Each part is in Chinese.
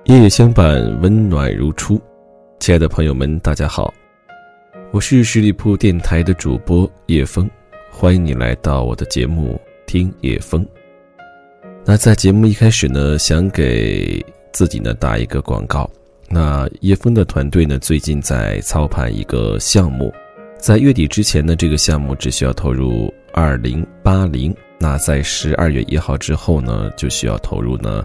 夜夜相伴，温暖如初。亲爱的朋友们，大家好，我是十里铺电台的主播叶枫，欢迎你来到我的节目听叶枫。那在节目一开始呢，想给自己呢打一个广告。那叶枫的团队呢，最近在操盘一个项目，在月底之前呢，这个项目只需要投入2080，那在12月1号之后呢，就需要投入呢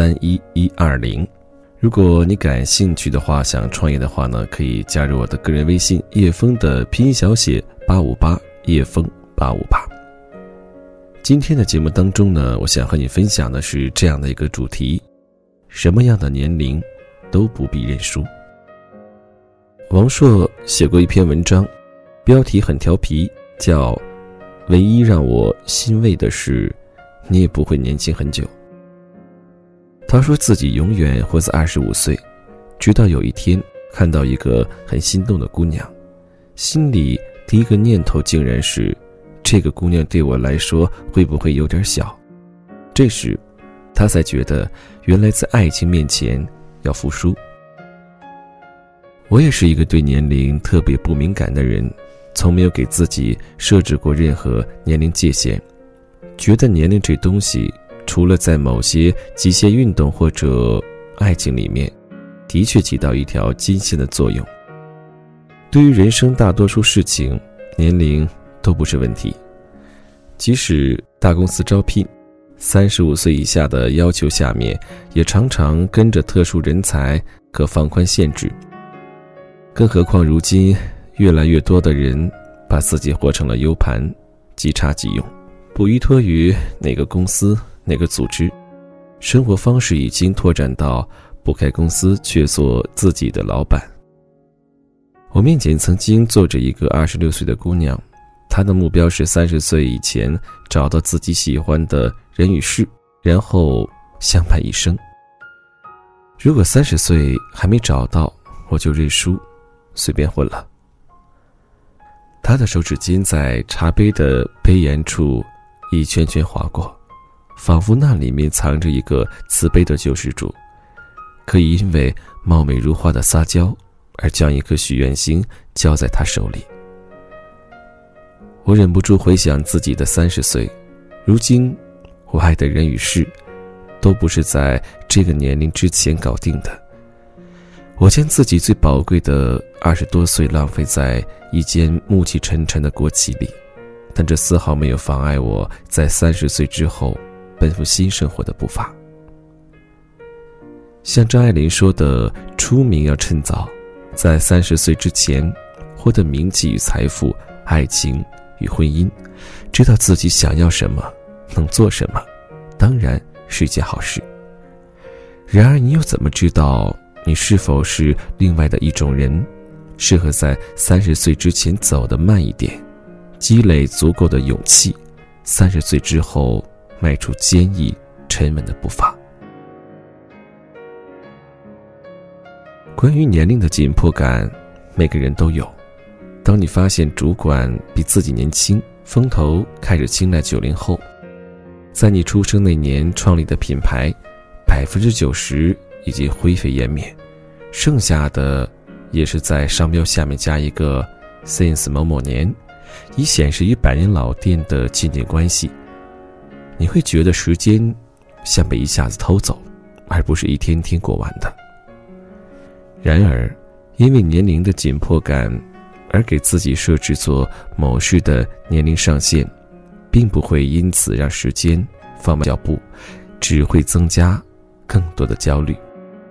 31120。如果你感兴趣的话，想创业的话呢，可以加入我的个人微信叶枫的拼音小写858，叶枫858。今天的节目当中呢，我想和你分享的是这样的一个主题：什么样的年龄都不必认输。王朔写过一篇文章，标题很调皮，叫唯一让我欣慰的是，你也不会年轻很久。他说自己永远活在25岁，直到有一天看到一个很心动的姑娘，心里第一个念头竟然是，这个姑娘对我来说会不会有点小？这时他才觉得，原来在爱情面前要服输。我也是一个对年龄特别不敏感的人，从没有给自己设置过任何年龄界限，觉得年龄这东西除了在某些极限运动或者爱情里面，的确起到一条金线的作用。对于人生大多数事情，年龄都不是问题。即使大公司招聘，35岁以下的要求下面，也常常跟着特殊人才可放宽限制。更何况如今越来越多的人把自己活成了 U 盘，即插即用，不依托于哪个公司哪个组织，生活方式已经拓展到不开公司却做自己的老板。我面前曾经坐着一个26岁的姑娘，她的目标是30岁以前找到自己喜欢的人与事，然后相伴一生。如果30岁还没找到，我就认输，随便混了。她的手指尖在茶杯的杯沿处一圈圈划过，仿佛那里面藏着一个慈悲的救世主，可以因为貌美如花的撒娇而将一颗许愿星交在他手里。我忍不住回想自己的30岁，如今我爱的人与事都不是在这个年龄之前搞定的。我将自己最宝贵的20多岁浪费在一间暮气沉沉的国企里，但这丝毫没有妨碍我在30岁之后奔赴新生活的步伐。像张爱玲说的，出名要趁早，在30岁之前获得名气与财富，爱情与婚姻，知道自己想要什么，能做什么，当然是一件好事。然而你又怎么知道你是否是另外的一种人，适合在30岁之前走得慢一点，积累足够的勇气，30岁之后迈出坚毅沉稳的步伐。关于年龄的紧迫感，每个人都有。当你发现主管比自己年轻，风头开始青睐90后，在你出生那年创立的品牌90%已经灰飞烟灭，剩下的也是在商标下面加一个 since 某某年，以显示与100年老店的亲近关系。你会觉得时间像被一下子偷走，而不是一天天过完的。然而因为年龄的紧迫感而给自己设置做某事的年龄上限，并不会因此让时间放慢脚步，只会增加更多的焦虑。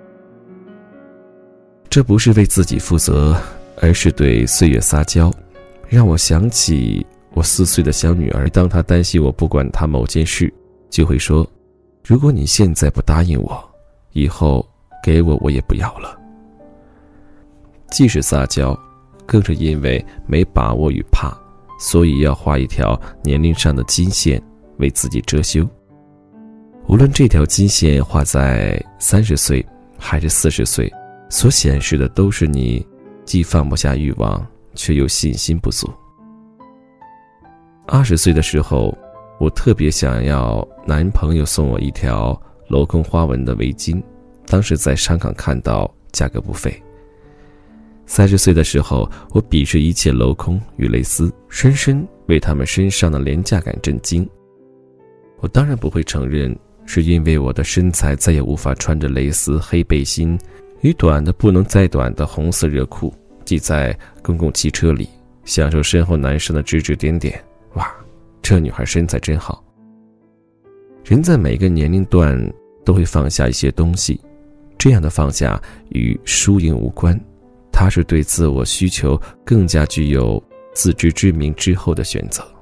这不是为自己负责，而是对岁月撒娇，让我想起我4岁的小女儿，当她担心我不管她某件事，就会说，如果你现在不答应我，以后给我也不要了。既是撒娇，更是因为没把握与怕，所以要画一条年龄上的金线为自己遮羞。无论这条金线画在30岁还是40岁，所显示的都是你既放不下欲望，却又信心不足。20岁的时候，我特别想要男朋友送我一条镂空花纹的围巾， 当时在香港看到价格不菲。30岁的时候，我鄙视一切镂空与蕾丝，深深为他们身上的廉价感震惊。我当然不会承认是因为我的身材再也无法穿着蕾丝黑背心与短的不能再短的红色热裤挤在公共汽车里，享受身后男生的指指点点。哇，这女孩身材真好。人在每个年龄段都会放下一些东西，这样的放下与输赢无关，它是对自我需求更加具有自知之明之后的选择。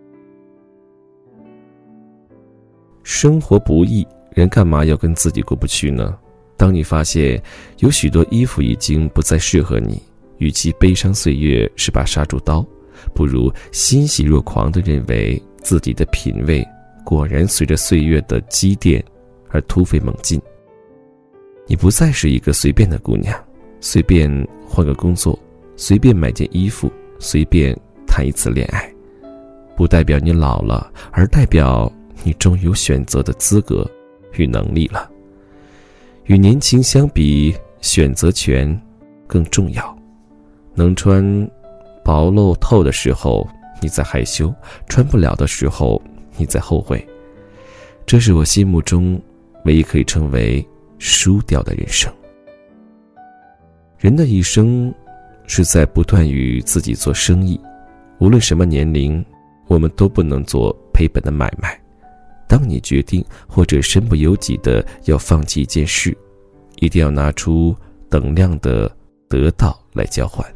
生活不易，人干嘛要跟自己过不去呢？当你发现有许多衣服已经不再适合你，与其悲伤岁月是把杀猪刀，不如欣喜若狂地认为自己的品味果然随着岁月的积淀而突飞猛进。你不再是一个随便的姑娘，随便换个工作，随便买件衣服，随便谈一次恋爱，不代表你老了，而代表你终于有选择的资格与能力了。与年轻相比，选择权更重要。能穿薄露透的时候，你在害羞；穿不了的时候，你在后悔。这是我心目中唯一可以称为输掉的人生。人的一生是在不断与自己做生意，无论什么年龄，我们都不能做赔本的买卖。当你决定或者身不由己的要放弃一件事，一定要拿出等量的得到来交换。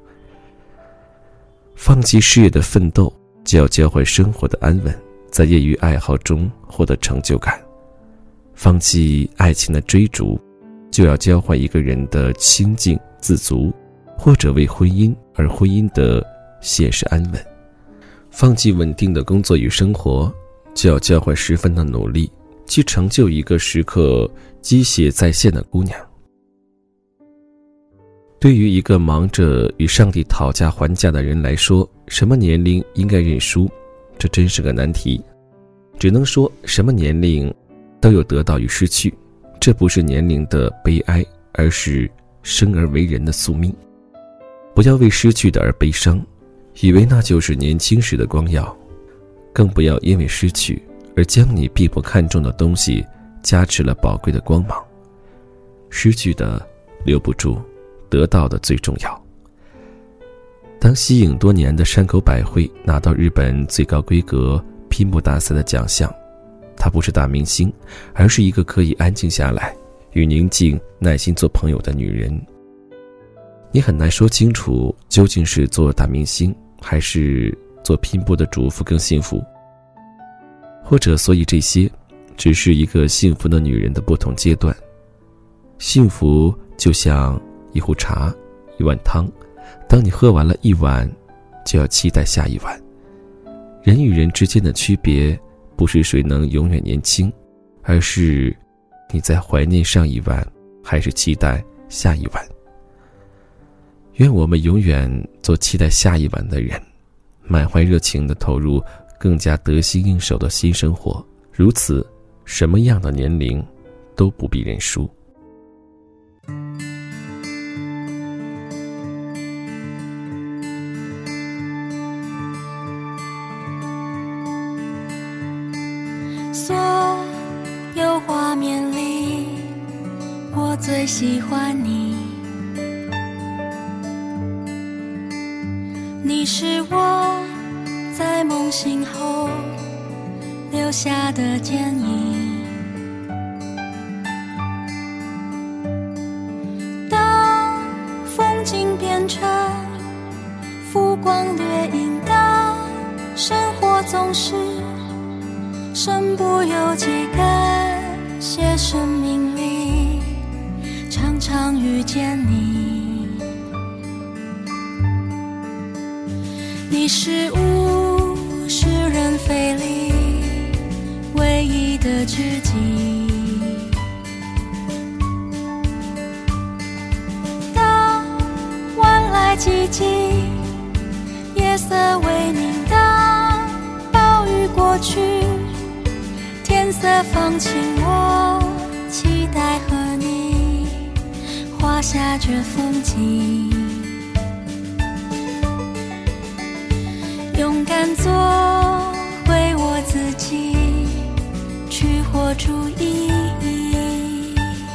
放弃事业的奋斗，就要交换生活的安稳，在业余爱好中获得成就感。放弃爱情的追逐，就要交换一个人的清静自足，或者为婚姻而婚姻的现实安稳。放弃稳定的工作与生活，就要交换10分的努力，去成就一个时刻鸡血在线的姑娘。对于一个忙着与上帝讨价还价的人来说，什么年龄应该认输，这真是个难题。只能说什么年龄都有得到与失去，这不是年龄的悲哀，而是生而为人的宿命。不要为失去的而悲伤，以为那就是年轻时的光耀，更不要因为失去而将你并不看重的东西加持了宝贵的光芒。失去的留不住，得到的最重要。当息影多年的山口百惠拿到日本最高规格拼搏大赛的奖项，她不是大明星，而是一个可以安静下来与宁静耐心做朋友的女人。你很难说清楚究竟是做大明星还是做拼搏的主妇更幸福，或者所以这些只是一个幸福的女人的不同阶段。幸福就像一壶茶，一碗汤，当你喝完了一碗，就要期待下一碗。人与人之间的区别，不是谁能永远年轻，而是你在怀念上一碗，还是期待下一碗。愿我们永远做期待下一碗的人，满怀热情地投入更加得心应手的新生活。如此，什么样的年龄都不必认输。 所有画面里，我最喜欢你。你是我在梦醒后留下的剪影。当风景变成浮光掠影，当生活总是身不由己，感谢生命里常常遇见你。你是物是人非里唯一的知己。当晚来寂静，夜色微凝，当暴雨过去，天色放晴，我期待和你下这风景，勇敢做回我自己，去活出意义。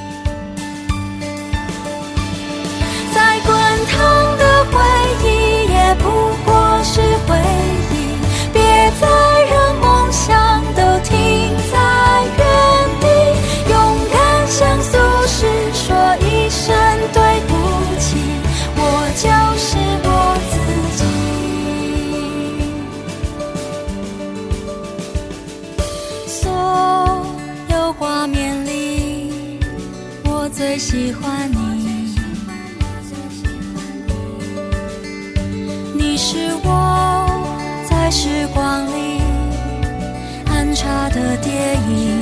再滚烫的回忆也不过是回忆，别再让梦想都停在原地，勇敢向俗世说一声对不起，我就是我自己。所有画面里，我最喜欢你，你是我在时光里安插的电影。